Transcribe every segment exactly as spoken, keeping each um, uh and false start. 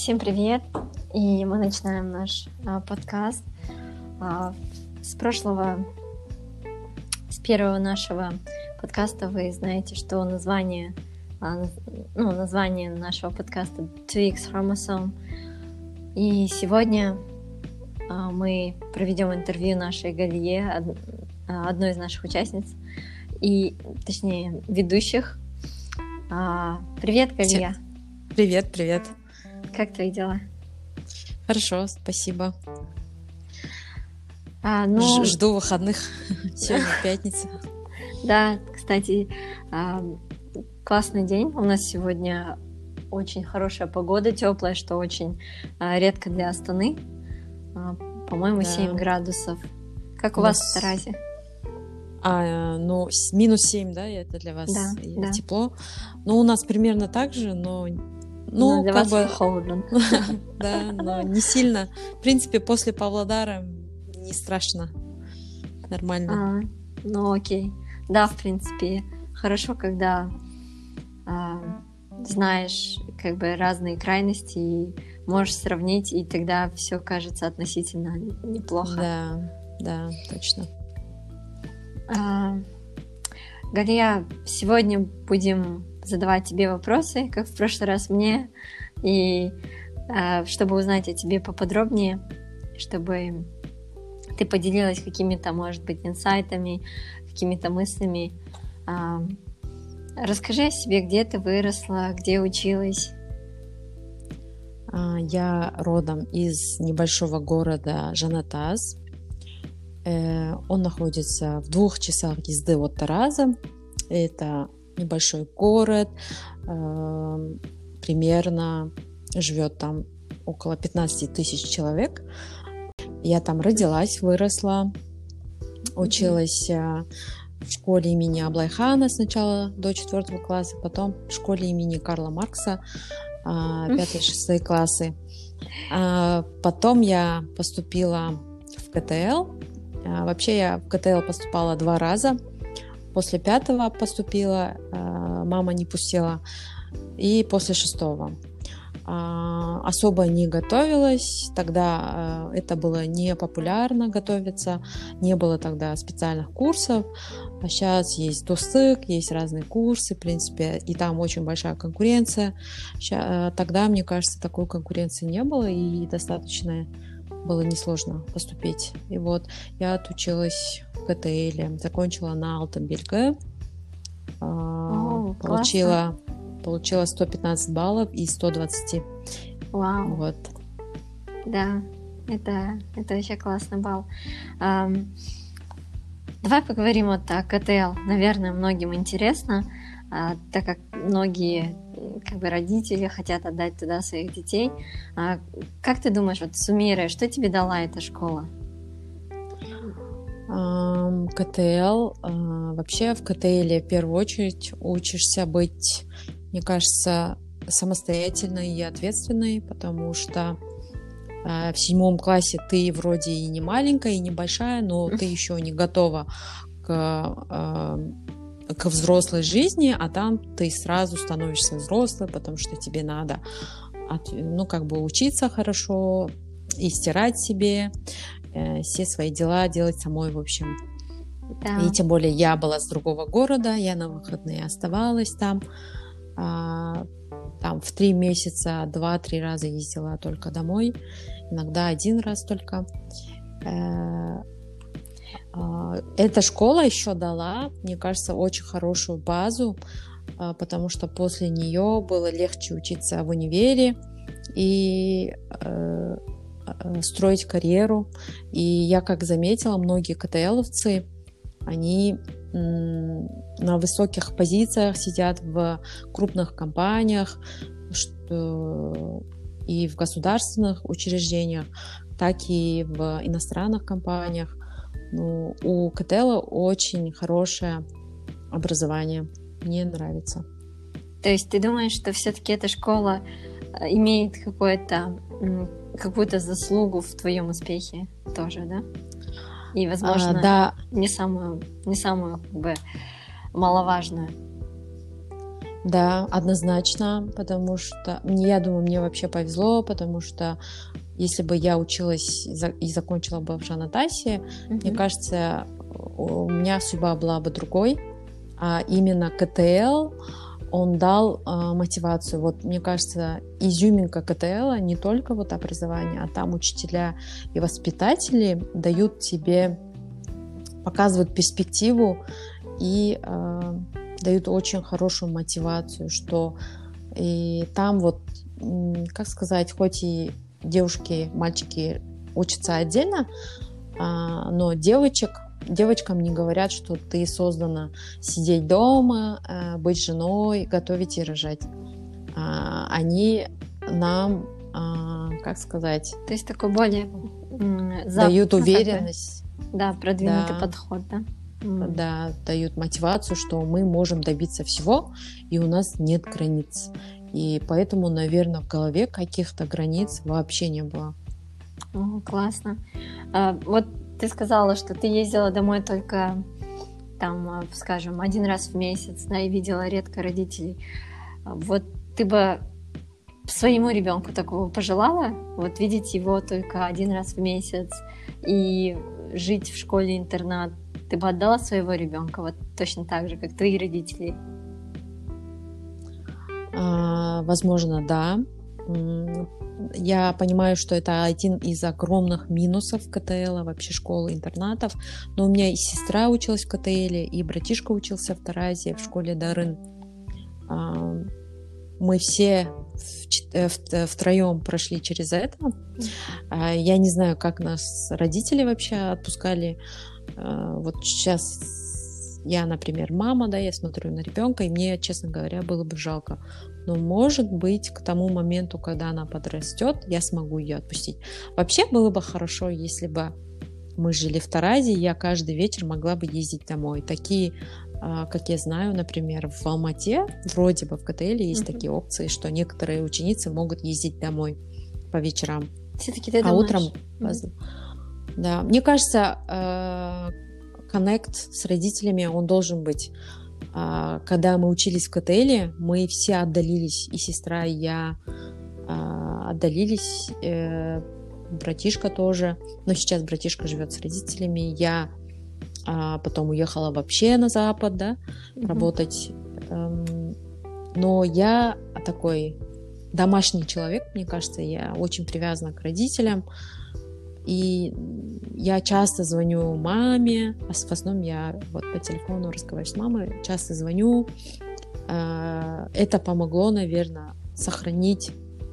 Всем привет! И мы начинаем наш а, подкаст. А, с прошлого, с первого нашего подкаста вы знаете, что название, а, ну, название нашего подкаста two X Chromosome. И сегодня а, мы проведем интервью нашей Галие, од, одной из наших участниц, и, точнее, ведущих. А, привет, Галия! Привет, привет! Как твои дела? Хорошо, спасибо. А, ну... Ж- жду выходных. Сегодня пятница. Да, кстати, классный день. У нас сегодня очень хорошая погода, теплая, что очень редко для Астаны. По-моему, да. семь градусов. Как у, у вас нас... в Таразе? А, ну, минус семь, да, это для вас да, да. тепло. Ну, у нас примерно так же, но... Ну, ну для как вас бы холодно. Да, но не сильно. В принципе, после Павлодара не страшно. Нормально. А, ну, окей. Да, в принципе, хорошо, когда а, знаешь как бы разные крайности и можешь сравнить, и тогда все кажется относительно неплохо. Да, да, точно. А, Галия, сегодня будем задавать тебе вопросы, как в прошлый раз мне, и э, чтобы узнать о тебе поподробнее, чтобы ты поделилась какими-то, может быть, инсайтами, какими-то мыслями. Э, расскажи о себе, где ты выросла, где училась. Я родом из небольшого города Жанатаз. Он находится в двух часах езды от Тараза. Это небольшой город, э, примерно живет там около пятнадцать тысяч человек. Я там родилась, выросла, училась э, в школе имени Аблайхана сначала до четвертого класса, потом в школе имени Карла Маркса э, пятый-шестой классы. А потом я поступила в КТЛ. А, вообще я в КТЛ поступала два раза. После пятого поступила, мама не пустила, и после шестого. Особо не готовилась, тогда это было не популярно готовиться, не было тогда специальных курсов, а сейчас есть Достык, есть разные курсы, в принципе, и там очень большая конкуренция. Тогда, мне кажется, такой конкуренции не было, и достаточно было несложно поступить. И вот я отучилась в КТЛ, закончила на Алтенбельге, О, получила, получила сто пятнадцать баллов из ста двадцати. Вау. Вот. Да, это, это вообще классный балл. Um, давай поговорим вот о КТЛ. Наверное, многим интересно, uh, так как многие как бы родители хотят отдать туда своих детей. А как ты думаешь, вот суммируя, что тебе дала эта школа? Um, КТЛ, uh, вообще в КТЛ в первую очередь учишься быть, мне кажется, самостоятельной и ответственной, потому что uh, в седьмом классе ты вроде и не маленькая, и не большая, но ты еще не готова к uh, к взрослой жизни, а там ты сразу становишься взрослой, потому что тебе надо, ну, как бы учиться хорошо и стирать себе, э, все свои дела делать самой, в общем. Да. И тем более я была с другого города, я на выходные оставалась там, а, там в три месяца два-три раза ездила только домой, иногда один раз только. Э, Эта школа еще дала, мне кажется, очень хорошую базу, потому что после нее было легче учиться в универе и э, строить карьеру. И я как заметила, многие КТЛовцы, они м, на высоких позициях сидят в крупных компаниях что, и в государственных учреждениях, так и в иностранных компаниях. Ну, у КТЛ очень хорошее образование. Мне нравится. То есть ты думаешь, что все-таки эта школа имеет какое-то, какую-то заслугу в твоем успехе тоже, да? И, возможно, а, да. не самую, не самую как бы, маловажную. Да, однозначно, потому что я думаю, мне вообще повезло, потому что если бы я училась и закончила бы в Жанатасе, mm-hmm. мне кажется, у меня судьба была бы другой, а именно КТЛ, он дал э, мотивацию. Вот, мне кажется, изюминка КТЛ не только вот образование, а там учителя и воспитатели дают тебе, показывают перспективу и э, дают очень хорошую мотивацию, что и там вот, как сказать, хоть и девушки, мальчики учатся отдельно, а, но девочек Девочкам не говорят, что ты создана сидеть дома, быть женой, готовить и рожать. Они нам, как сказать... То есть такой более... Дают уверенность. Такой, да, продвинутый да, подход, да? Да, дают мотивацию, что мы можем добиться всего, и у нас нет границ. И поэтому, наверное, в голове каких-то границ вообще не было. О, классно. А, вот ты сказала, что ты ездила домой только, там, скажем, один раз в месяц, да, и видела редко родителей. Вот ты бы своему ребенку такого пожелала? Вот видеть его только один раз в месяц и жить в школе-интернат? Ты бы отдала своего ребенка вот точно так же, как твои родители? А, возможно, да. Я понимаю, что это один из огромных минусов КТЛ, вообще школы, интернатов. Но у меня и сестра училась в КТЛ, и братишка учился в Таразе, в школе Дарын. Мы все втроем прошли через это. Я не знаю, как нас родители вообще отпускали. Вот сейчас я, например, мама, да, я смотрю на ребенка, и мне, честно говоря, было бы жалко. Но, может быть, к тому моменту, когда она подрастет, я смогу ее отпустить. Вообще было бы хорошо, если бы мы жили в Таразе, и я каждый вечер могла бы ездить домой. Такие, как я знаю, например, в Алмате, вроде бы в КТЛ есть mm-hmm. такие опции, что некоторые ученицы могут ездить домой по вечерам. Все-таки ты а думаешь? утром... Mm-hmm. Да, мне кажется, коннект с родителями, он должен быть. Когда мы учились в КТЛ, мы все отдалились, и сестра, и я отдалились, братишка тоже, но сейчас братишка живет с родителями, я потом уехала вообще на Запад, да, mm-hmm. работать, но я такой домашний человек, мне кажется, я очень привязана к родителям, и я часто звоню маме, а в основном я вот по телефону разговариваю с мамой, часто звоню. Это помогло, наверное, сохранить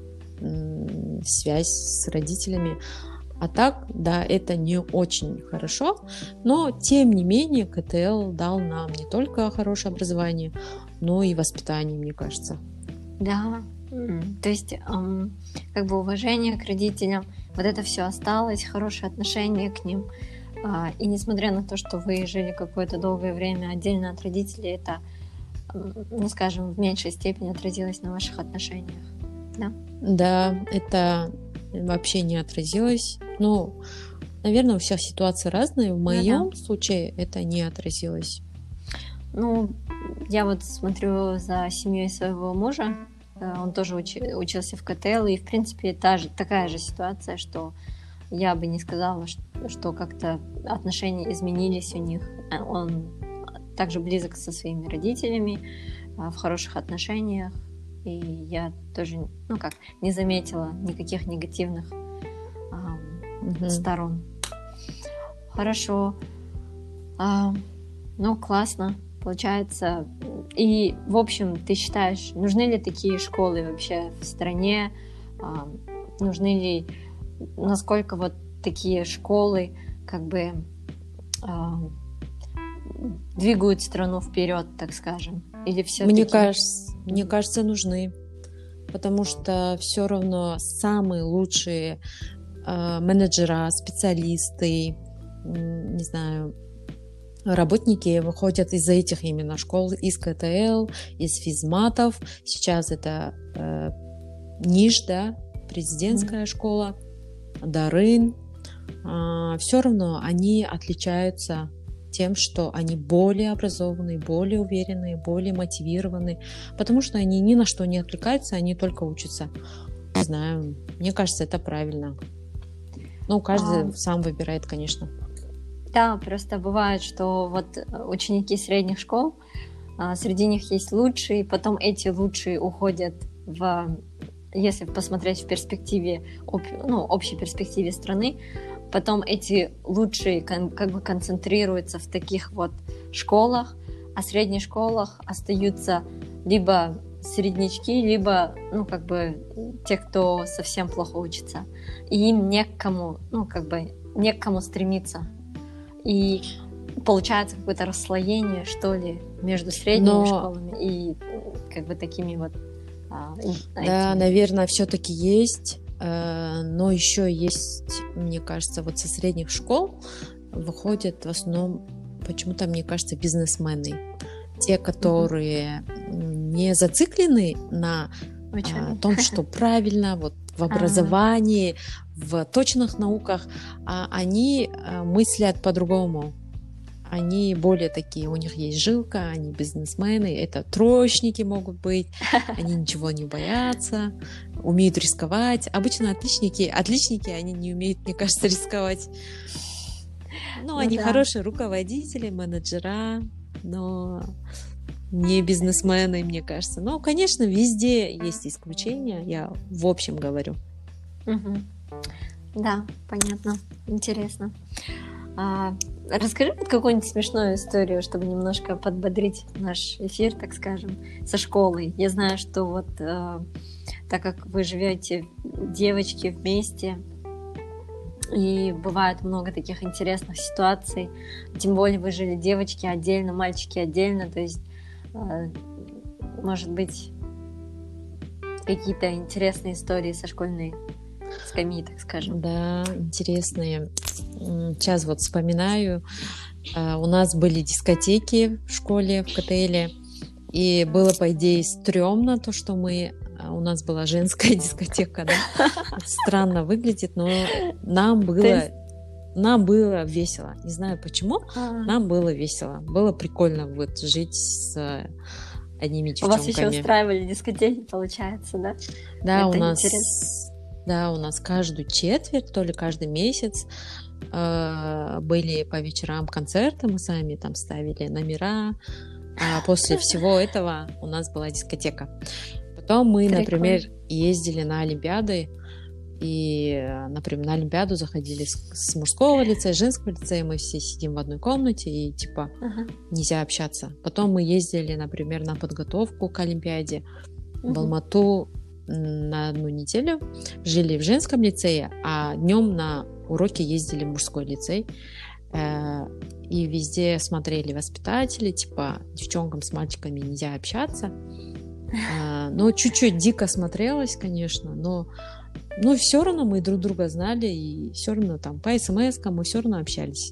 связь с родителями. А так, да, это не очень хорошо, но тем не менее КТЛ дал нам не только хорошее образование, но и воспитание, мне кажется. Да, mm. то есть эм, как бы уважение к родителям, вот это все осталось, хорошее отношение к ним. А, и несмотря на то, что вы жили какое-то долгое время отдельно от родителей, это, ну скажем, в меньшей степени отразилось на ваших отношениях, да? Да, это вообще не отразилось. Ну, наверное, у всех ситуации разные. В моем ну, да. случае это не отразилось. Ну, я вот смотрю за семьей своего мужа. Он тоже учи, учился в КТЛ, и, в принципе, та же, такая же ситуация, что я бы не сказала, что, что как-то отношения изменились у них. Он также близок со своими родителями, в хороших отношениях, и я тоже, ну как, не заметила никаких негативных а, угу. сторон. Хорошо. А, ну, классно. Получается, и, в общем, ты считаешь, нужны ли такие школы вообще в стране? А, нужны ли, насколько вот такие школы как бы а, двигают страну вперед, так скажем? Или все-таки... Мне кажется, мне кажется, нужны, потому что все равно самые лучшие э, менеджера, специалисты, не знаю, работники выходят из этих именно школ, из КТЛ, из физматов. Сейчас это э, НИШ, да, президентская mm-hmm. школа, Дарын. Э, все равно они отличаются тем, что они более образованные, более уверенные, более мотивированные, потому что они ни на что не отвлекаются, они только учатся. Не знаю, мне кажется, это правильно. Ну, каждый а... сам выбирает, конечно. Да, просто бывает, что вот ученики средних школ, среди них есть лучшие, потом эти лучшие уходят в, если посмотреть в перспективе, ну, общей перспективе страны, потом эти лучшие как бы концентрируются в таких вот школах, а в средних школах остаются либо среднячки, либо, ну, как бы те, кто совсем плохо учится. И им не к кому, ну, как бы не к кому стремиться. И получается какое-то расслоение, что ли, между средними Но... школами и как бы такими вот... А, да, этими. Наверное, все-таки есть, но еще есть, мне кажется, вот со средних школ выходят в основном, почему-то, мне кажется, бизнесмены. Те, которые mm-hmm. не зациклены на а, том, что правильно, вот в образовании, в точных науках, а они а, мыслят по-другому. Они более такие, у них есть жилка, они бизнесмены, это троечники могут быть, они ничего не боятся, умеют рисковать. Обычно отличники, отличники, они не умеют, мне кажется, рисковать. Ну, они ну, да. хорошие руководители, менеджера, но не бизнесмены, мне кажется. Но, конечно, везде есть исключения, я в общем говорю. Угу. Да, понятно, интересно. А, расскажи какую-нибудь смешную историю, чтобы немножко подбодрить наш эфир, так скажем, со школой. Я знаю, что вот э, так как вы живете, девочки, вместе, и бывает много таких интересных ситуаций, тем более вы жили девочки отдельно, мальчики отдельно, то есть, э, может быть, какие-то интересные истории со школьной скамьи, так скажем. Да, интересные. Сейчас вот вспоминаю, у нас были дискотеки в школе, в КТЛе, и было, по идее, стрёмно то, что мы... У нас была женская дискотека, да? Странно выглядит, но нам было... Есть... Нам было весело. Не знаю почему, А-а-а. нам было весело. Было прикольно вот жить с одними девчонками. У вас еще устраивали дискотеки, получается, да? Да, Это у нас... Интересно. Да, у нас каждую четверть, то ли каждый месяц э, были по вечерам концерты, мы сами там ставили номера, а после всего этого у нас была дискотека. Потом мы, Прикольно. например, ездили на олимпиады, и, например, на олимпиаду заходили с, с мужского лицея, женского лицея, мы все сидим в одной комнате, и типа uh-huh. нельзя общаться. Потом мы ездили, например, на подготовку к олимпиаде uh-huh. в Алмату, на одну неделю, жили в женском лицее, а днем на уроки ездили в мужской лицей. И везде смотрели воспитатели, типа, девчонкам с мальчиками нельзя общаться. Ну, чуть-чуть дико смотрелось, конечно, но, но все равно мы друг друга знали, и все равно там по смс-кам мы все равно общались.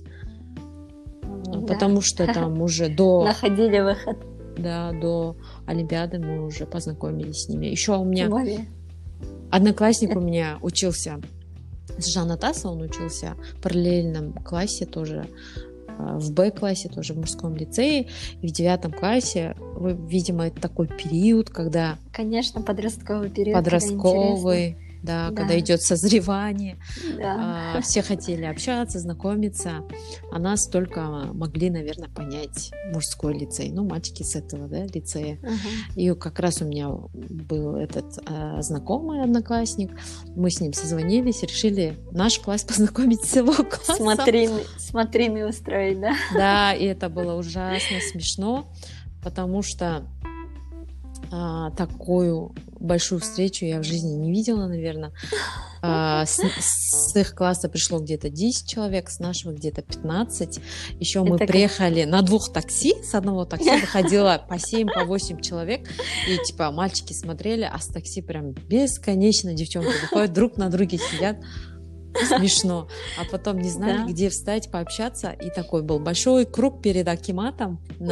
Да. Потому что там уже до... Находили выход. Да, до Олимпиады мы уже познакомились с ними. Еще у меня Более. одноклассник у меня учился с Жанатаса, он учился в параллельном классе тоже, в Б-классе, тоже в мужском лицее. И в девятом классе, видимо, это такой период, когда... Конечно, подростковый период. Подростковый. Да, да, когда идет созревание, да. а, все хотели общаться, знакомиться, а нас только могли, наверное, понять мужской лицей, ну, мальчики с этого, да, лицея. Uh-huh. И как раз у меня был этот а, знакомый одноклассник, мы с ним созвонились, решили наш класс познакомить с его классом. Смотрины, смотрины устроить, да? Да, и это было ужасно смешно, потому что А, такую большую встречу я в жизни не видела, наверное. А, с, с их класса пришло где-то десять человек, с нашего где-то пятнадцать. Еще мы Это приехали как... на двух такси, с одного такси выходило по семь, по восемь человек, и типа мальчики смотрели, а с такси прям бесконечно девчонки выходят, друг на друге сидят. Смешно. А потом не знали, Да. где встать, пообщаться. И такой был большой круг перед акиматом. на-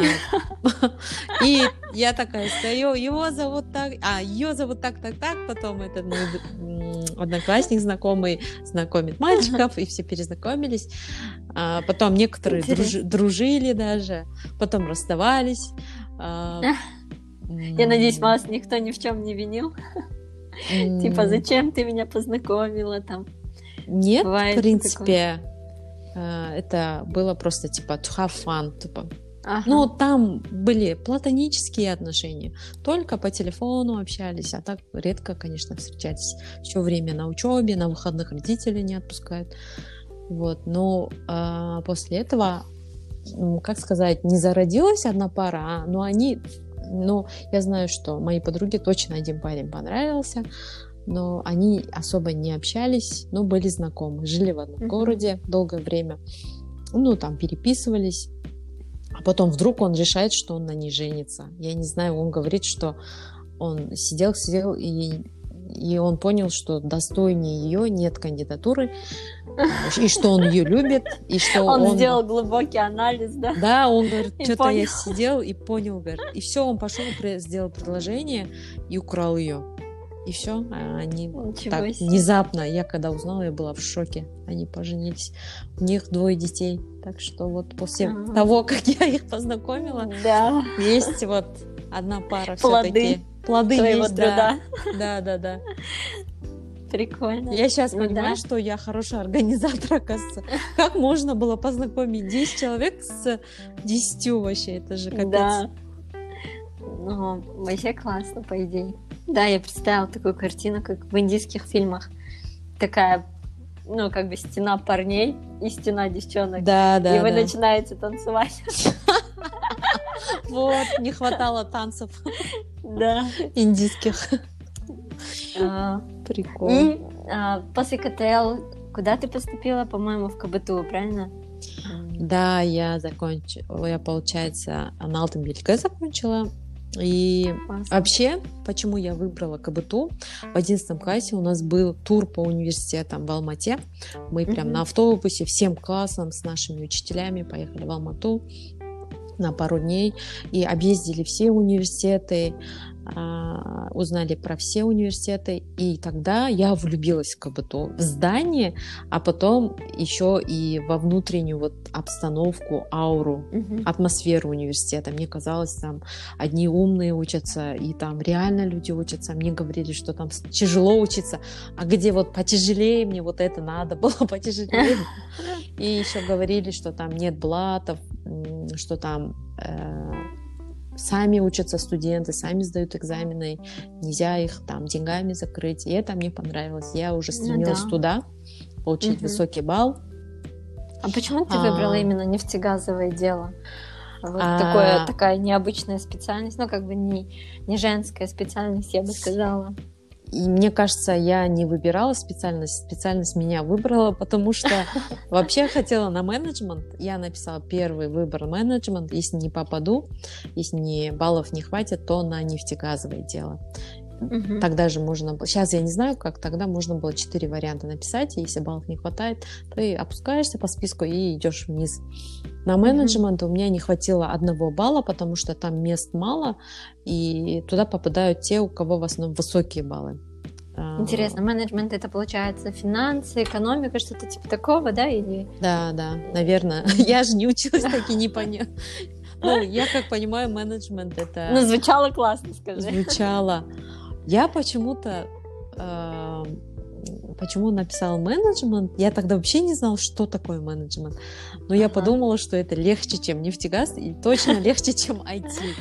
И я такая стою, его зовут так, а ее зовут так, так, так. Потом этот мой м, одноклассник знакомый знакомит мальчиков, и все перезнакомились. А потом некоторые дружи- Интересно. дружили даже, потом расставались. А, Я надеюсь, м, вас никто ни в чем не винил. Типа, м, зачем ты меня познакомила там? Нет, в Бывает такое. принципе, а, это было просто типа to have fun, типа. Ага. Ну, там были платонические отношения, только по телефону общались, а так редко, конечно, встречались. Все время на учебе, на выходных родители не отпускают. Вот, но а, после этого, м, как сказать, не зародилась одна пара, а, но они, ну, я знаю, что моей подруге точно один парень понравился, но они особо не общались, но были знакомы, жили в одном Мгм. городе долгое время, ну, там переписывались, а потом вдруг он решает, что он на ней женится. Я не знаю, он говорит, что он сидел, сидел, и, и он понял, что достойнее ее нет кандидатуры, и что он ее любит, и что Он он... сделал глубокий анализ, да? Да, он говорит, И что-то я понял. сидел и понял, говорит. И все, он пошел, пре- сделал предложение и украл ее. И все, они Ничего так себе. внезапно, я когда узнала, я была в шоке. Они поженились. У них двое детей. Так что вот после Ага. того, как я их познакомила, Да. есть вот одна пара Плоды все-таки. Плоды твоего есть, да. труда. Да, да, да. Прикольно. Я сейчас Ну понимаю, да. что я хороший организатор, оказывается. Как можно было познакомить десять человек с десятью вообще? Это же капец. Да. Ну, вообще классно, по идее. Да, я представила такую картину, как в индийских фильмах. Такая, ну, как бы стена парней и стена девчонок. Да, да, И вы да. начинаете танцевать. Вот, не хватало танцев Да. индийских. А, Прикол. И а, после КТЛ куда ты поступила? По-моему, в КБТУ, правильно? Да, я закончила, я, получается, на Алтынбельге закончила. И Классно. вообще, почему я выбрала КБТУ? В одиннадцатом классе у нас был тур по университетам в Алмате. Мы прям Мгм. на автобусе всем классом с нашими учителями поехали в Алмату на пару дней и объездили все университеты, а, узнали про все университеты, и тогда я влюбилась в КБТУ, в здание, а потом еще и во внутреннюю вот обстановку, ауру, Мгм. атмосферу университета. Мне казалось, там одни умные учатся, и там реально люди учатся. Мне говорили, что там с- тяжело учиться, а где вот потяжелее, мне вот это надо было потяжелее. И еще говорили, что там нет блатов, м, что там э, сами учатся студенты, сами сдают экзамены, нельзя их там деньгами закрыть. И это мне понравилось. Я уже Ну стремилась да. туда, получить Мгм. высокий балл. А почему ты А. выбрала именно нефтегазовое дело? Вот А. такое, такая необычная специальность, ну, как бы не, не женская специальность, я бы сказала. И мне кажется, я не выбирала специальность, специальность меня выбрала, потому что вообще я хотела на менеджмент. Я написала первый выбор менеджмент. Если не попаду, если не, баллов не хватит, то на нефтегазовое дело. Мгм. Тогда же можно было... Сейчас я не знаю, как. Тогда можно было четыре варианта написать. И если баллов не хватает, ты опускаешься по списку и идешь вниз. На менеджмент у меня не хватило одного балла, потому что там мест мало. И туда попадают те, у кого в основном высокие баллы. А, Интересно, менеджмент это получается финансы, экономика, что-то типа такого, да? Или... Да, да, наверное. Я же не училась, так и не поняла. Ну, я как понимаю, менеджмент это... Ну, звучало классно, скажи. Звучало. Я почему-то... э, почему написала менеджмент? Я тогда вообще не знала, что такое менеджмент. Но я Ага. подумала, что это легче, чем нефтегаз, и точно легче, чем ай ти.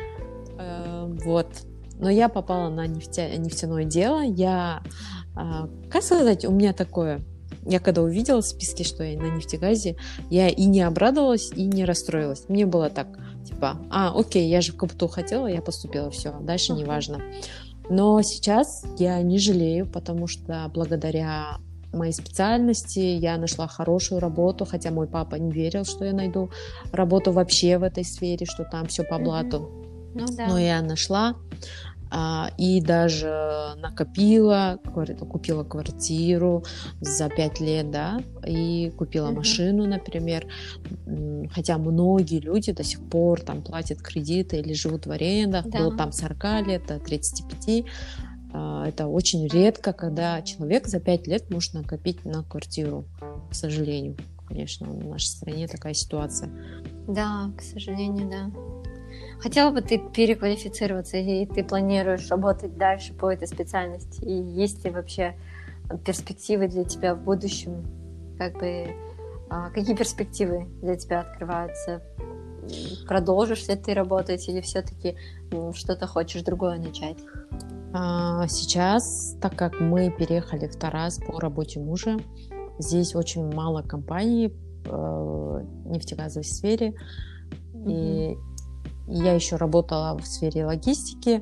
Э, Вот. Но я попала на нефтя- нефтяное дело. Я... а, Как сказать, у меня такое... Я когда увидела в списке, что я на нефтегазе, я и не обрадовалась, и не расстроилась. Мне было так, типа, а, окей, я же в КБТУ хотела, я поступила, все, дальше Ага. не важно. Но сейчас я не жалею, потому что благодаря моей специальности я нашла хорошую работу, хотя мой папа не верил, что я найду работу вообще в этой сфере, что там все по Мгм. блату. Ну да. Но я нашла. и даже накопила, купила квартиру за пять лет, да, и купила mm-hmm. машину, например. Хотя многие люди до сих пор там платят кредиты или живут в арендах, да. До там сорок лет, до тридцати пяти. Это очень редко, когда человек за пять лет может накопить на квартиру, к сожалению. Конечно, в нашей стране такая ситуация. Да, к сожалению, да. Хотела бы ты переквалифицироваться, и ты планируешь работать дальше по этой специальности? И есть ли вообще перспективы для тебя в будущем? Как бы, какие перспективы для тебя открываются? Продолжишь ли ты работать или все-таки что-то хочешь другое начать? Сейчас, так как мы переехали в Тарас по работе мужа, здесь очень мало компаний в нефтегазовой сфере. Mm-hmm. И я еще работала в сфере логистики.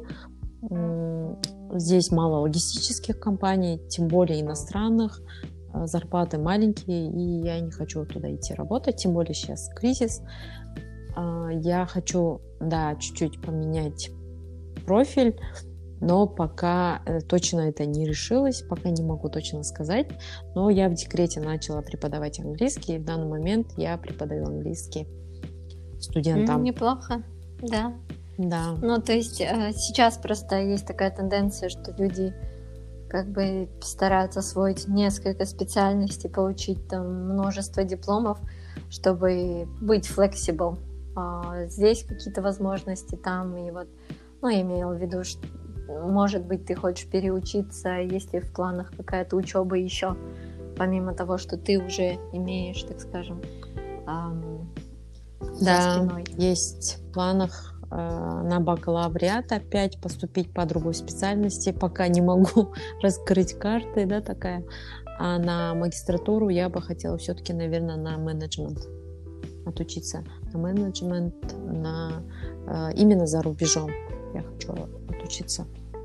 Здесь мало логистических компаний, тем более иностранных. Зарплаты маленькие, и я не хочу туда идти работать, тем более сейчас кризис. Я хочу, да, чуть-чуть поменять профиль, но пока точно это не решилось, пока не могу точно сказать. Но я в декрете начала преподавать английский, и в данный момент я преподаю английский студентам. Mm, неплохо, да. Да. Ну, то есть сейчас просто есть такая тенденция, что люди как бы стараются освоить несколько специальностей, получить там множество дипломов, чтобы быть flexible. Здесь какие-то возможности, там, и вот, ну, я имела в виду, что может быть, ты хочешь переучиться, есть ли в планах какая-то учеба еще, помимо того, что ты уже имеешь, так скажем, эм, да, за спиной. Есть в планах э, на бакалавриат опять поступить по другой специальности, пока не могу раскрыть карты, да, такая. А на магистратуру я бы хотела все-таки, наверное, на менеджмент отучиться, на менеджмент, на э, именно за рубежом. Я хочу отучиться.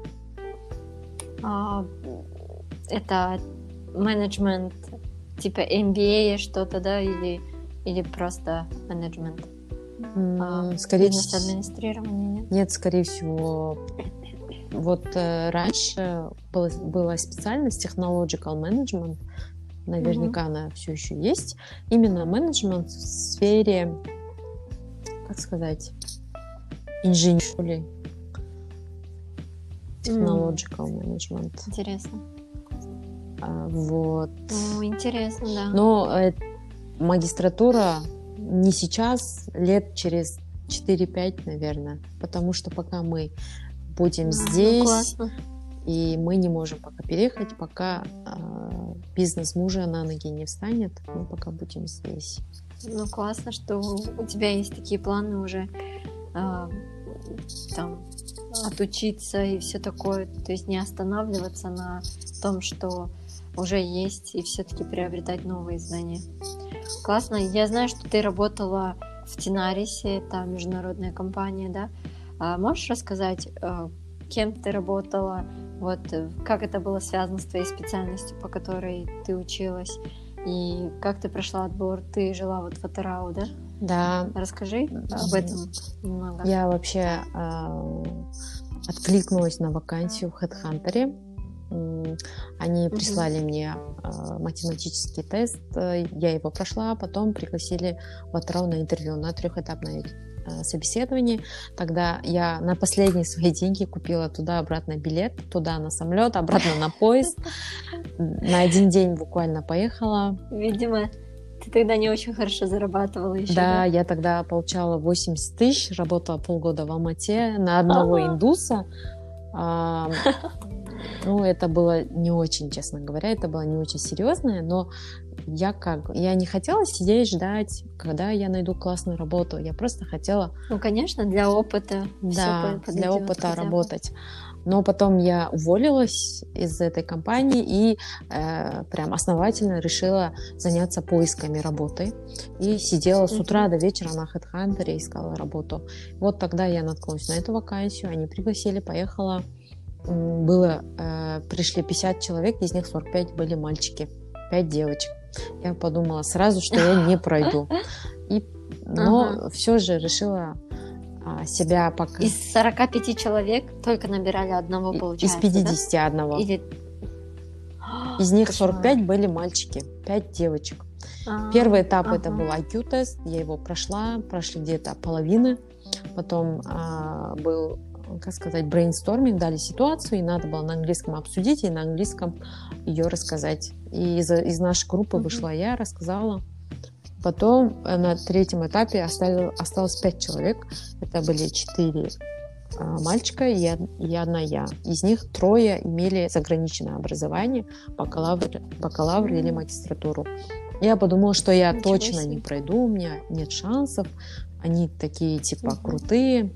А, это менеджмент типа эм би эй что-то, да, или, или просто менеджмент? Mm, а, скорее бизнес-администрирование, нет? Нет, скорее всего. Вот э, раньше была, была специальность Technological Management, наверняка mm-hmm. она все еще есть. Именно менеджмент в сфере, как сказать, инженерии. Technological mm. Management. Интересно. А, вот. Ну, интересно, да. Но э, магистратура не сейчас, лет через четыре-пять, наверное. Потому что пока мы будем а, здесь, ну, и мы не можем пока переехать, пока э, бизнес мужа на ноги не встанет, мы пока будем здесь. Ну, классно, что у тебя есть такие планы уже э, там отучиться и все такое, то есть не останавливаться на том, что уже есть, и все-таки приобретать новые знания. Классно. Я знаю, что ты работала в Тенарисе, это международная компания, да? А можешь рассказать, кем ты работала, вот как это было связано с твоей специальностью, по которой ты училась, и как ты прошла отбор? Ты жила вот в Атырау, да? Да. Расскажи об этом немного. Я вообще э, откликнулась на вакансию в HeadHunter. Они mm-hmm. прислали мне э, математический тест, я его прошла, потом пригласили в Атырау на интервью, на трехэтапное э, собеседование. Тогда я на последние свои деньги купила туда-обратно билет, туда на самолет, обратно на поезд. На один день буквально поехала. Видимо, ты тогда не очень хорошо зарабатывала еще, да? Да, я тогда получала восемьдесят тысяч, работала полгода в Алмате на одного А-а-а. индуса. А, ну, это было не очень, честно говоря, это было не очень серьезное, но я как, я не хотела сидеть ждать, когда я найду классную работу, я просто хотела... Ну, конечно, для опыта. Да, для опыта работать. Но потом я уволилась из этой компании и э, прям основательно решила заняться поисками работы. И сидела с утра до вечера на HeadHunter и искала работу. Вот тогда я наткнулась на эту вакансию, они пригласили, поехала. Было, э, пришли пятьдесят человек, из них сорок пять были мальчики, пять девочек. Я подумала сразу, что я не пройду. И, но ага. все же решила а, себя пока... Из сорока пяти человек только набирали одного, получается, Из пятидесяти одного. Да? Или... Из них сорок пять были мальчики, пять девочек. А-а-а. Первый этап ага. это был ай кью-тест, я его прошла, прошли где-то половины. Потом а, был, как сказать, брейнсторминг, дали ситуацию, и надо было на английском обсудить и на английском ее рассказать. И из, из нашей группы uh-huh. вышла я, рассказала. Потом на третьем этапе осталось, осталось пять человек. Это были четыре а, мальчика и, и одна я. Из них трое имели заграничное образование, бакалавр, бакалавр uh-huh. или магистратуру. Я подумала, что я Ничего точно себе. не пройду, у меня нет шансов. Они такие, типа, uh-huh. крутые.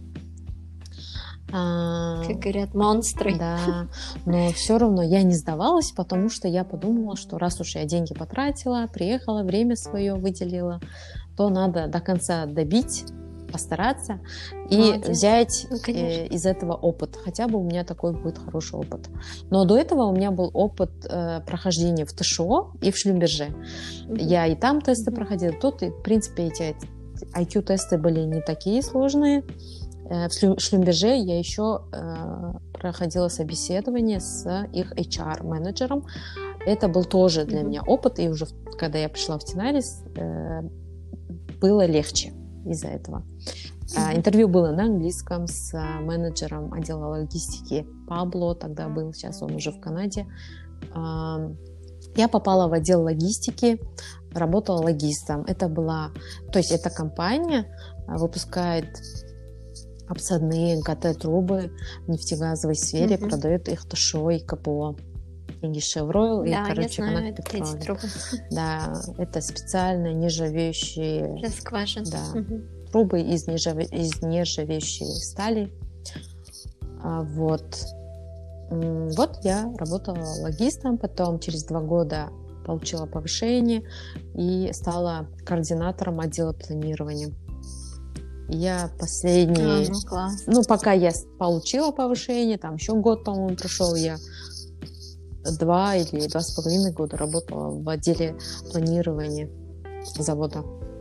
А, как говорят, монстры. Да, но все равно я не сдавалась, потому что я подумала, что раз уж я деньги потратила, приехала, время свое выделила, то надо до конца добить, постараться и Молодец. взять ну, э, из этого опыт. Хотя бы у меня такой будет хороший опыт. Но до этого у меня был опыт э, прохождения в ТШО и в Шлюмберже. Uh-huh. Я и там тесты uh-huh. проходила. Тут, и, в принципе, эти ай кью-тесты были не такие сложные. В Шлюмберже я еще э, проходила собеседование с их эйч ар-менеджером. Это был тоже для mm-hmm. меня опыт, и уже когда я пришла в Tenaris, э, было легче из-за этого. Mm-hmm. Э, интервью было на английском с менеджером отдела логистики Пабло, тогда был, сейчас он уже в Канаде. Э, я попала в отдел логистики, работала логистом. Это была, то есть эта компания выпускает обсадные эн ка тэ-трубы в нефтегазовой сфере, uh-huh. продает их ТШО и ка пэ о. И Шевройл, да, и, короче, Канат Петролеум. Да, это специальные нержавеющие да, uh-huh. трубы из, нержаве... из нержавеющей стали. А, вот. Вот я работала логистом, потом через два года получила повышение и стала координатором отдела планирования. Я последний... А, ну, класс. Ну, пока я получила повышение, там еще год, по-моему, прошел, я два или два с половиной года работала в отделе планирования завода.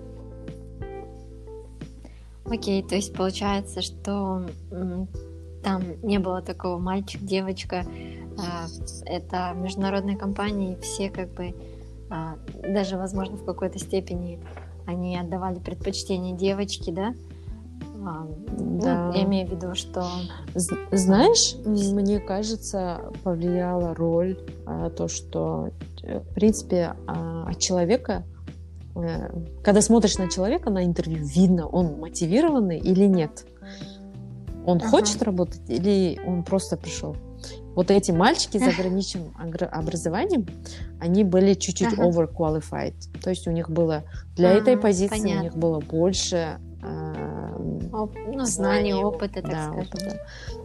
Окей, то есть получается, что м, там не было такого мальчик-девочка, а, это международная компания, и все как бы, а, даже, возможно, в какой-то степени они отдавали предпочтение девочке, да? Да. Ну, я имею в виду, что... Знаешь, мне кажется, повлияла роль а, то, что, в принципе, а, от человека, а, когда смотришь на человека на интервью, видно, он мотивированный или нет. Он ага. хочет работать или он просто пришел. Вот эти мальчики с заграничным образованием, они были чуть-чуть ага. overqualified. То есть у них было для а, этой позиции понятно. У них было больше Оп, ну, знаний, опыта, так да, скажем. Опыта.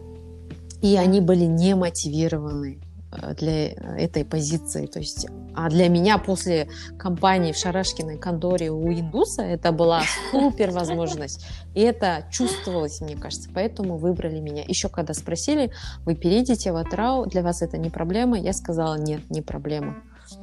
И да. они были не мотивированы для этой позиции. То есть, а для меня после кампании в Шарашкиной конторе у Индуса это была супер возможность. И это чувствовалось, мне кажется. Поэтому выбрали меня. Еще когда спросили, вы перейдете в Атрау, для вас это не проблема? Я сказала, нет, не проблема.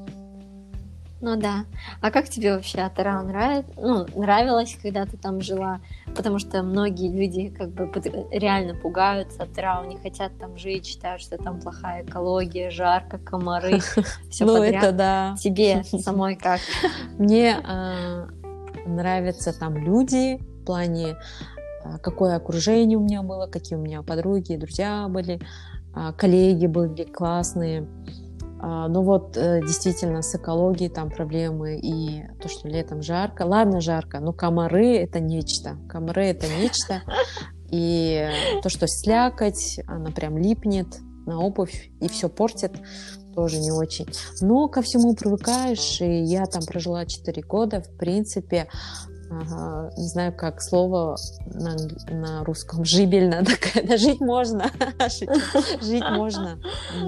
Ну да. А как тебе вообще Атрау нравится? Ну, нравилось, когда ты там жила? Потому что многие люди как бы реально пугаются Атрау, не хотят там жить, считают, что там плохая экология, жарко, комары, все ну, подряд. Это да. Тебе самой как? Мне а, нравятся там люди в плане, а, какое окружение у меня было, какие у меня подруги, друзья были, а, коллеги были классные. Ну вот, действительно, с экологией там проблемы, и то, что летом жарко. Ладно, жарко, но комары — это нечто. Комары — это нечто. И то, что слякоть, она прям липнет на обувь и все портит, тоже не очень. Но ко всему привыкаешь, и я там прожила четыре года, в принципе, ага, не знаю, как слово на, на русском, жибельно такая, жить можно, жить можно.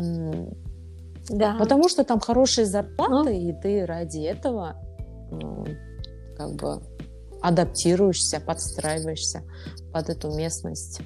Да. Потому что там хорошие зарплаты, и ты ради этого ну, как бы адаптируешься, подстраиваешься под эту местность.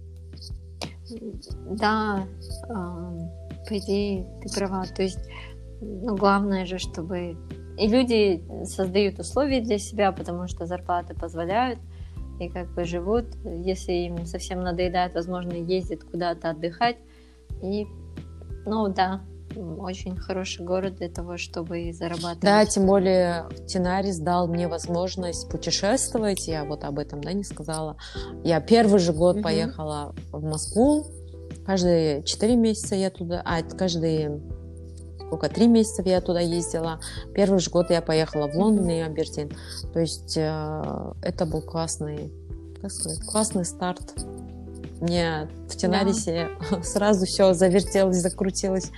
Да, э, по идее, ты права. То есть, ну, главное же, чтобы... И люди создают условия для себя, потому что зарплаты позволяют. и как бы живут. Если им совсем надоедает, возможно, ездят куда-то отдыхать. И, ну да, очень хороший город для того, чтобы зарабатывать. Да, тем более Тенарис дал мне возможность путешествовать. Я вот об этом, да, не сказала. Я первый же год угу. поехала в Москву. Каждые четыре месяца я туда... А, каждые... Сколько? Три месяца я туда ездила. Первый же год я поехала в Лондон и Абердин. То есть э, это был классный, как сказать, классный старт. Мне в Тенарисе да. сразу все завертелось, закрутилось.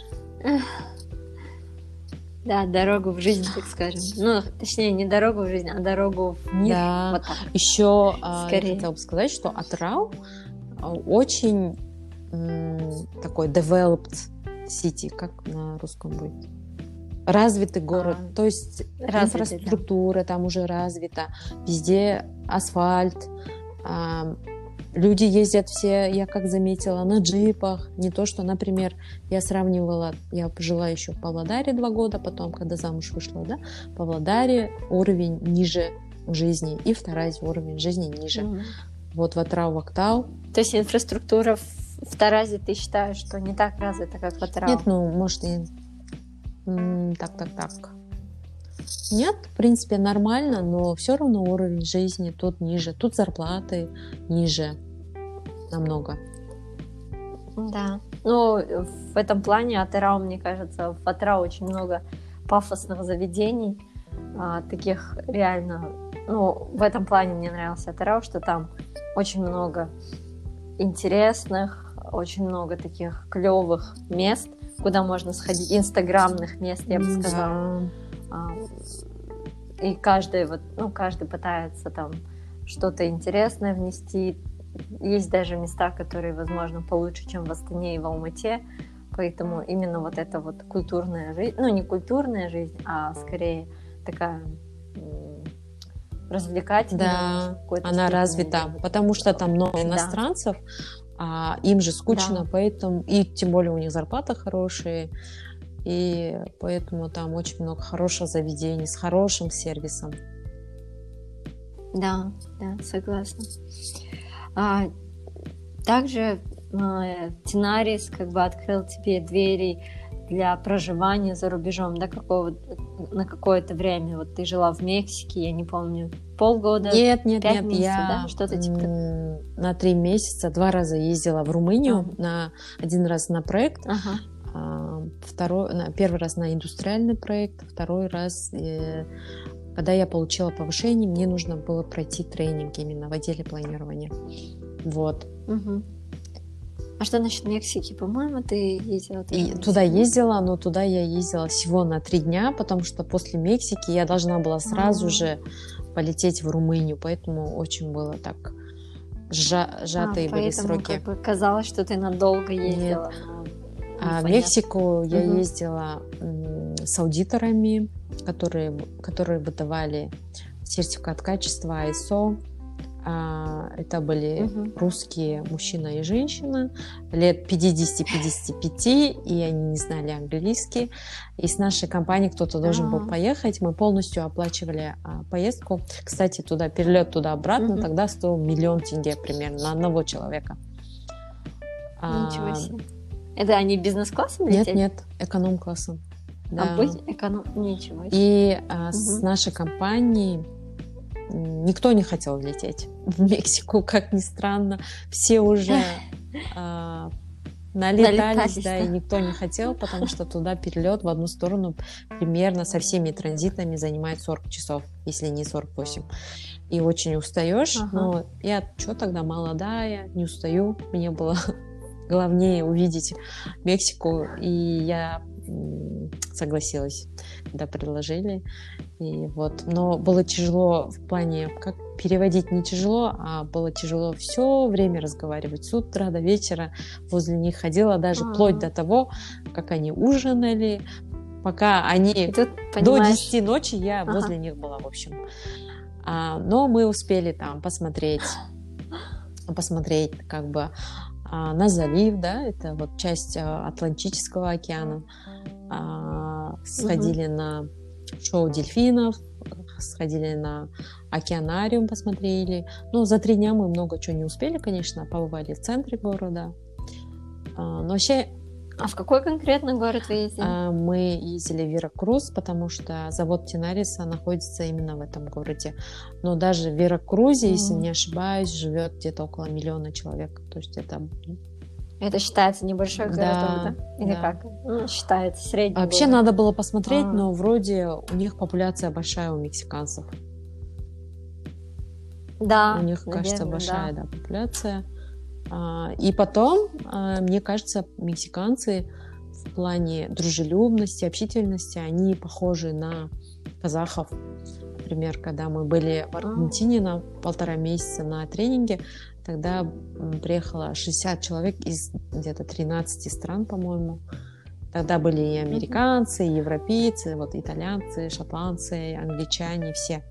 Да, дорогу в жизнь, так скажем. Ну, точнее, не дорогу в жизнь, а дорогу в мир. Да. Вот так. Еще я хотела бы сказать, что Атырау очень м, такой developed city, как на русском будет? Развитый город. А, То есть развитый, инфраструктура да. там уже развита. Везде асфальт. А, Люди ездят все, я как заметила, на джипах. Не то, что, например, я сравнивала, я жила еще в Павлодаре два года, потом, когда замуж вышла, да, в Павлодаре уровень ниже жизни, и в Таразе уровень жизни ниже. Mm-hmm. Вот в Атырау-Актау. То есть инфраструктура в, в Таразе, ты считаешь, что не так развита, как в Атырау? Нет, ну, может, и... Так-так-так. Нет, в принципе, нормально, но все равно уровень жизни тут ниже. Тут зарплаты ниже намного. Да. Ну, в этом плане Атырау, мне кажется, в Атырау очень много пафосных заведений, а, таких реально... Ну, в этом плане мне нравился Атырау, что там очень много интересных, очень много таких клевых мест, куда можно сходить, инстаграмных мест, я бы сказала. Да. И каждый, вот, ну, каждый пытается там что-то интересное внести. Есть даже места, которые, возможно, получше, чем в Астане и в Алмате. Поэтому именно вот эта вот культурная жизнь, ну, не культурная жизнь, а скорее такая развлекательная. Да, она развита, вот. Потому что там много иностранцев, да. а им же скучно, да. поэтому, и тем более у них зарплаты хорошие, и поэтому там очень много хороших заведений с хорошим сервисом. Да, да, согласна. А, также а, Тенарис как бы открыл тебе двери для проживания за рубежом, да, какого, на какое-то время. Вот ты жила в Мексике, я не помню, полгода, нет, нет, пять нет, месяцев, я да? Что-то типа... на три месяца два раза ездила в Румынию, а. на один раз на проект, ага. Второй, первый раз на индустриальный проект, второй раз, когда я получила повышение, мне нужно было пройти тренинг именно в отделе планирования. Вот. Угу. А что насчет Мексики? По-моему, ты ездила туда? И туда ездила, но туда я ездила всего на три дня, потому что после Мексики я должна была сразу А-а-а. же полететь в Румынию, поэтому очень было так сжа- сжатые а, были сроки. Как бы казалось, что ты надолго ездила. Нет. А в Мексику я угу. ездила с аудиторами, которые, которые выдавали сертификат качества ай эс о. Это были угу. русские мужчина и женщина, лет пятьдесят-пятьдесят пять, и они не знали английский. И с нашей компанией кто-то должен А-а-а. был поехать. Мы полностью оплачивали а, поездку. Кстати, туда перелет туда-обратно угу. тогда стоил миллион тенге примерно на одного человека. Ничего себе. Это они бизнес-классом летели? Нет, нет, эконом-классом. Да. А быть эконом... Ничего себе. И а, угу. с нашей компанией никто не хотел лететь в Мексику, как ни странно. Все уже а, налетались, налетались, да, да, и никто не хотел, потому что туда перелет в одну сторону примерно со всеми транзитами занимает сорок часов, если не сорок восемь. И очень устаешь. Ага. Но я что тогда молодая, не устаю. Мне было главнее увидеть Мексику, и я согласилась, когда предложили. И вот. Но было тяжело в плане, как переводить не тяжело, а было тяжело все время разговаривать. С утра до вечера возле них ходила, даже А-а-а. вплоть до того, как они ужинали, пока они тут, до десяти ночи я ага. возле них была, в общем. А, но мы успели там посмотреть, посмотреть как бы а, на залив, да, это вот часть а, Атлантического океана. А, сходили угу. на шоу дельфинов, сходили на океанариум, посмотрели. Ну, за три дня мы много чего не успели, конечно, побывали в центре города. Но вообще... А в какой конкретно город вы ездили? Мы ездили в Веракрус, потому что завод Тенариса находится именно в этом городе. Но даже в Веракрузе, mm-hmm. если не ошибаюсь, живет где-то около миллиона человек. То есть это... Это считается небольшой городок, да? да? Или да. как? Ну, считается средний Вообще город. надо было посмотреть, А. но вроде у них популяция большая у мексиканцев. Да, У них, наверное, кажется, большая да. Да, популяция. И потом, мне кажется, мексиканцы в плане дружелюбности, общительности, они похожи на казахов. Например, когда мы были в Аргентине на полтора месяца на тренинге, тогда приехало шестьдесят человек из где-то тринадцати стран, по-моему. Тогда были и американцы, и европейцы, вот итальянцы, шотландцы, англичане, все.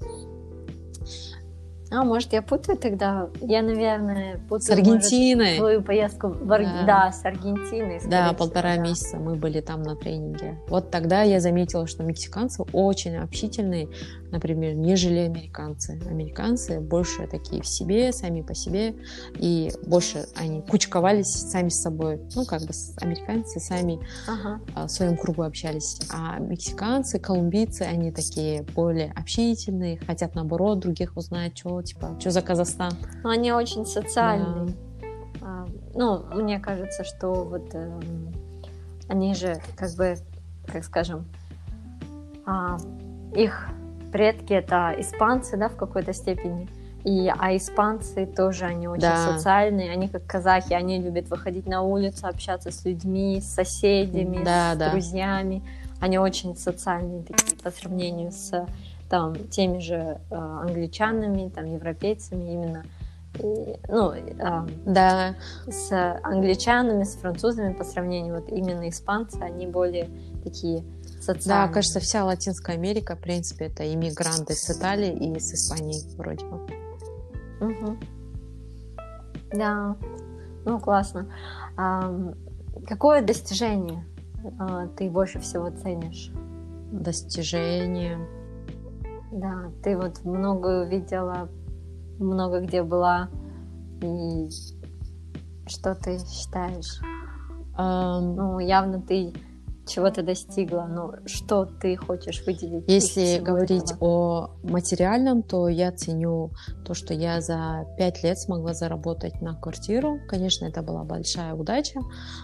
А, может, я путаю тогда? Я, наверное, путаю, с Аргентиной. Может, свою поездку в Ар... да. да, с Аргентиной. Да, всего, полтора да. месяца мы были там на тренинге. Вот тогда я заметила, что мексиканцы очень общительные, например, нежели американцы. Американцы больше такие в себе, сами по себе, и больше они кучковались сами с собой. Ну, как бы американцы сами ага. в своем кругу общались. А мексиканцы, колумбийцы, они такие более общительные, хотят, наоборот, других узнать, что типа, что за Казахстан. Но они очень социальные. Да. А, ну, мне кажется, что вот э, они же, как бы, как скажем, а, их предки это испанцы, да, в какой-то степени. И, а испанцы тоже, они очень да. социальные, они как казахи, они любят выходить на улицу, общаться с людьми, с соседями, да, с да. друзьями. Они очень социальные такие по сравнению с там, теми же э, англичанами, там, европейцами именно. И, ну, э, да. с англичанами, с французами по сравнению, вот именно испанцы, они более такие социальные. Да, кажется, вся Латинская Америка, в принципе, это иммигранты с Италии и с Испании вроде бы. Угу. Да, ну классно. А, какое достижение а, ты больше всего ценишь? Достижение. Да, ты вот много видела, много где была, и что ты считаешь? Um, ну, явно ты чего-то достигла, но что ты хочешь выделить? Если говорить этого? о материальном, то я ценю то, что я за пять лет смогла заработать на квартиру. Конечно, это была большая удача,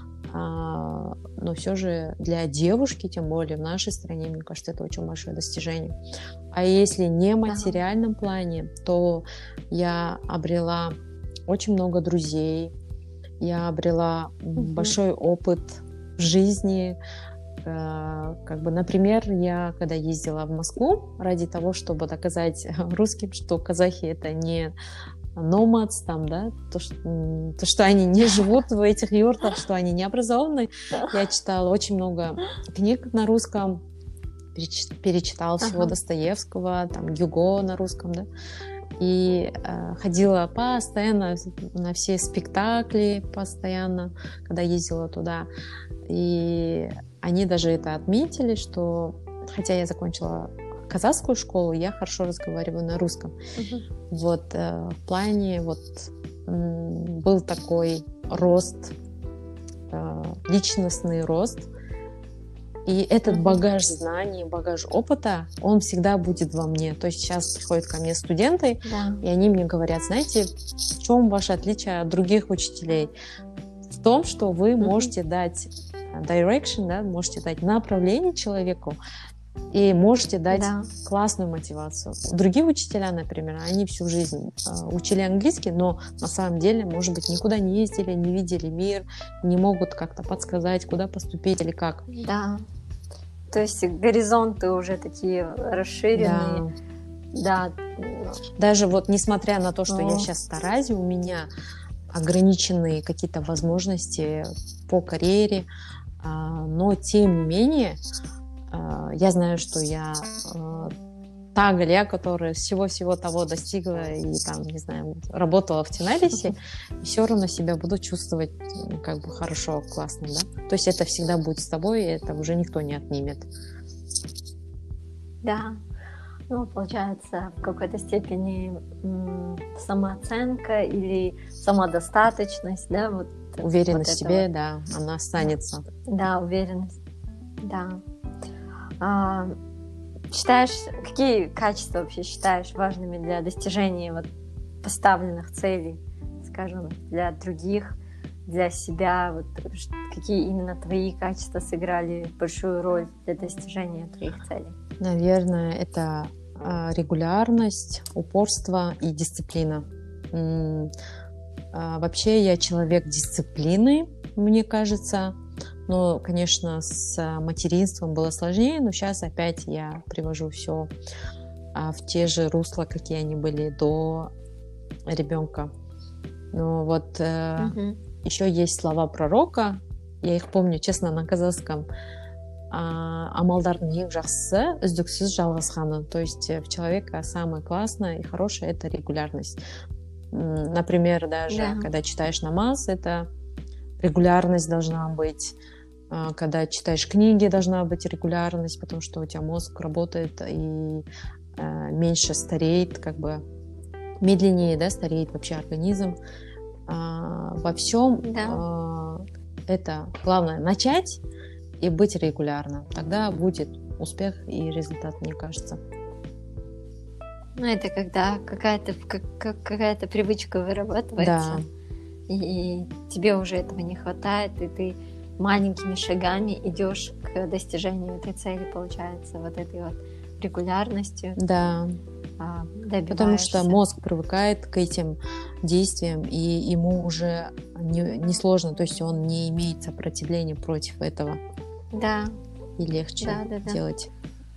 но все же для девушки, тем более в нашей стране, мне кажется, это очень большое достижение. А если не в материальном ага. плане, то я обрела очень много друзей, я обрела угу. большой опыт в жизни. Как бы, например, я когда ездила в Москву ради того, чтобы доказать русским, что казахи это не номадс, там, да, то что, то, что они не живут в этих юртах, что они не образованы. Я читала очень много книг на русском, перечитала ага. всего Достоевского, там, Гюго на русском, да, и э, ходила постоянно на все спектакли, постоянно, когда ездила туда. И они даже это отметили, что, хотя я закончила казахскую школу, я хорошо разговариваю на русском. Uh-huh. Вот э, в плане вот м, был такой рост, э, личностный рост, и этот uh-huh. багаж знаний, багаж опыта, он всегда будет во мне. То есть сейчас приходят ко мне студенты, yeah. и они мне говорят, знаете, в чем ваше отличие от других учителей? В том, что вы uh-huh. можете дать direction, да, можете дать направление человеку, и можете дать да. классную мотивацию. Другие учителя, например, они всю жизнь э, учили английский, но на самом деле, может быть, никуда не ездили, не видели мир, не могут как-то подсказать, куда поступить или как. Да. То есть горизонты уже такие расширенные. Да. да. Даже вот несмотря на то, что О. я сейчас в Таразе, у меня ограниченные какие-то возможности по карьере, э, но тем не менее я знаю, что я э, та Галя, которая всего-всего того достигла и там, не знаю, работала в Тенарисе, и все равно себя буду чувствовать как бы хорошо, классно, да? То есть это всегда будет с тобой, и это уже никто не отнимет. Да. Ну, получается, в какой-то степени м, самооценка или самодостаточность, да, вот. Уверенность вот в себе, вот. да, она останется. Да, уверенность, да. А, считаешь, какие качества вообще считаешь важными для достижения вот поставленных целей, скажем, для других, для себя? Вот какие именно твои качества сыграли большую роль для достижения твоих целей? Наверное, это регулярность, упорство и дисциплина. Вообще я человек дисциплины, мне кажется. Но, конечно, с материнством было сложнее, но сейчас опять я привожу все в те же русла, какие они были до ребенка. Но вот угу. еще есть слова пророка, я их помню, честно, на казахском. Амалдардың ең жақсысы үздіксіз жалғасқаны. То есть в человека самое классное и хорошее — это регулярность. Например, даже yeah. когда читаешь намаз, это регулярность должна быть. Когда читаешь книги, должна быть регулярность, потому что у тебя мозг работает и меньше стареет, как бы медленнее, да, стареет вообще организм. Во всем yeah. это главное начать и быть регулярным. Тогда будет успех и результат, мне кажется. Ну, это когда какая-то, как, какая-то привычка вырабатывается, да. и тебе уже этого не хватает, и ты маленькими шагами идешь к достижению этой цели, получается, вот этой вот регулярностью. Да. Добиваешься. Потому что мозг привыкает к этим действиям, и ему уже не, не сложно, то есть он не имеет сопротивления против этого. Да. И легче да, да, да. делать.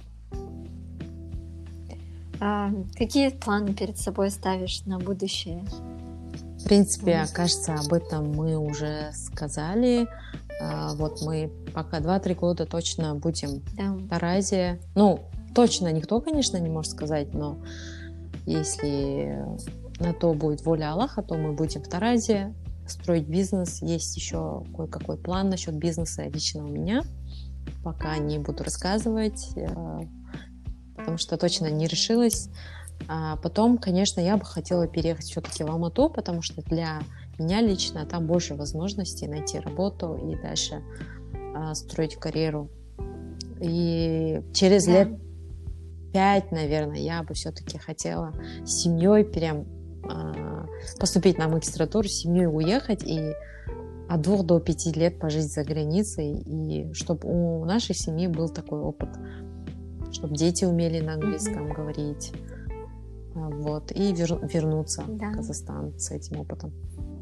А какие планы перед собой ставишь на будущее? В принципе, mm. кажется, об этом мы уже сказали. А, вот мы пока два-три года точно будем да. в Таразе. Ну, точно никто, конечно, не может сказать, но если на то будет воля Аллаха, то мы будем в Таразе строить бизнес. Есть еще кое-какой план насчет бизнеса лично у меня. Пока не буду рассказывать, потому что точно не решилась. А потом, конечно, я бы хотела переехать все-таки в Алмату, потому что для меня лично там больше возможностей найти работу и дальше а, строить карьеру. И через да. лет пять, наверное, я бы все-таки хотела с семьей прям а, поступить на магистратуру, с семьей уехать и от двух до пяти лет пожить за границей, и чтобы у нашей семьи был такой опыт, чтобы дети умели на английском mm-hmm. говорить, вот, и вер- вернуться да. в Казахстан с этим опытом.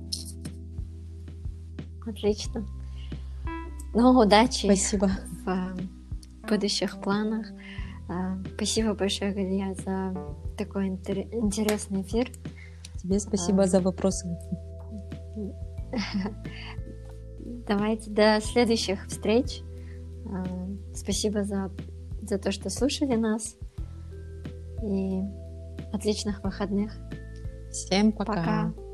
Отлично. Ну, удачи Спасибо. в будущих планах. Спасибо большое, Галия, за такой интер- интересный эфир. Тебе спасибо а... за вопросы. Давайте до следующих встреч. Спасибо за, за то, что слушали нас. И отличных выходных. Всем пока. Пока.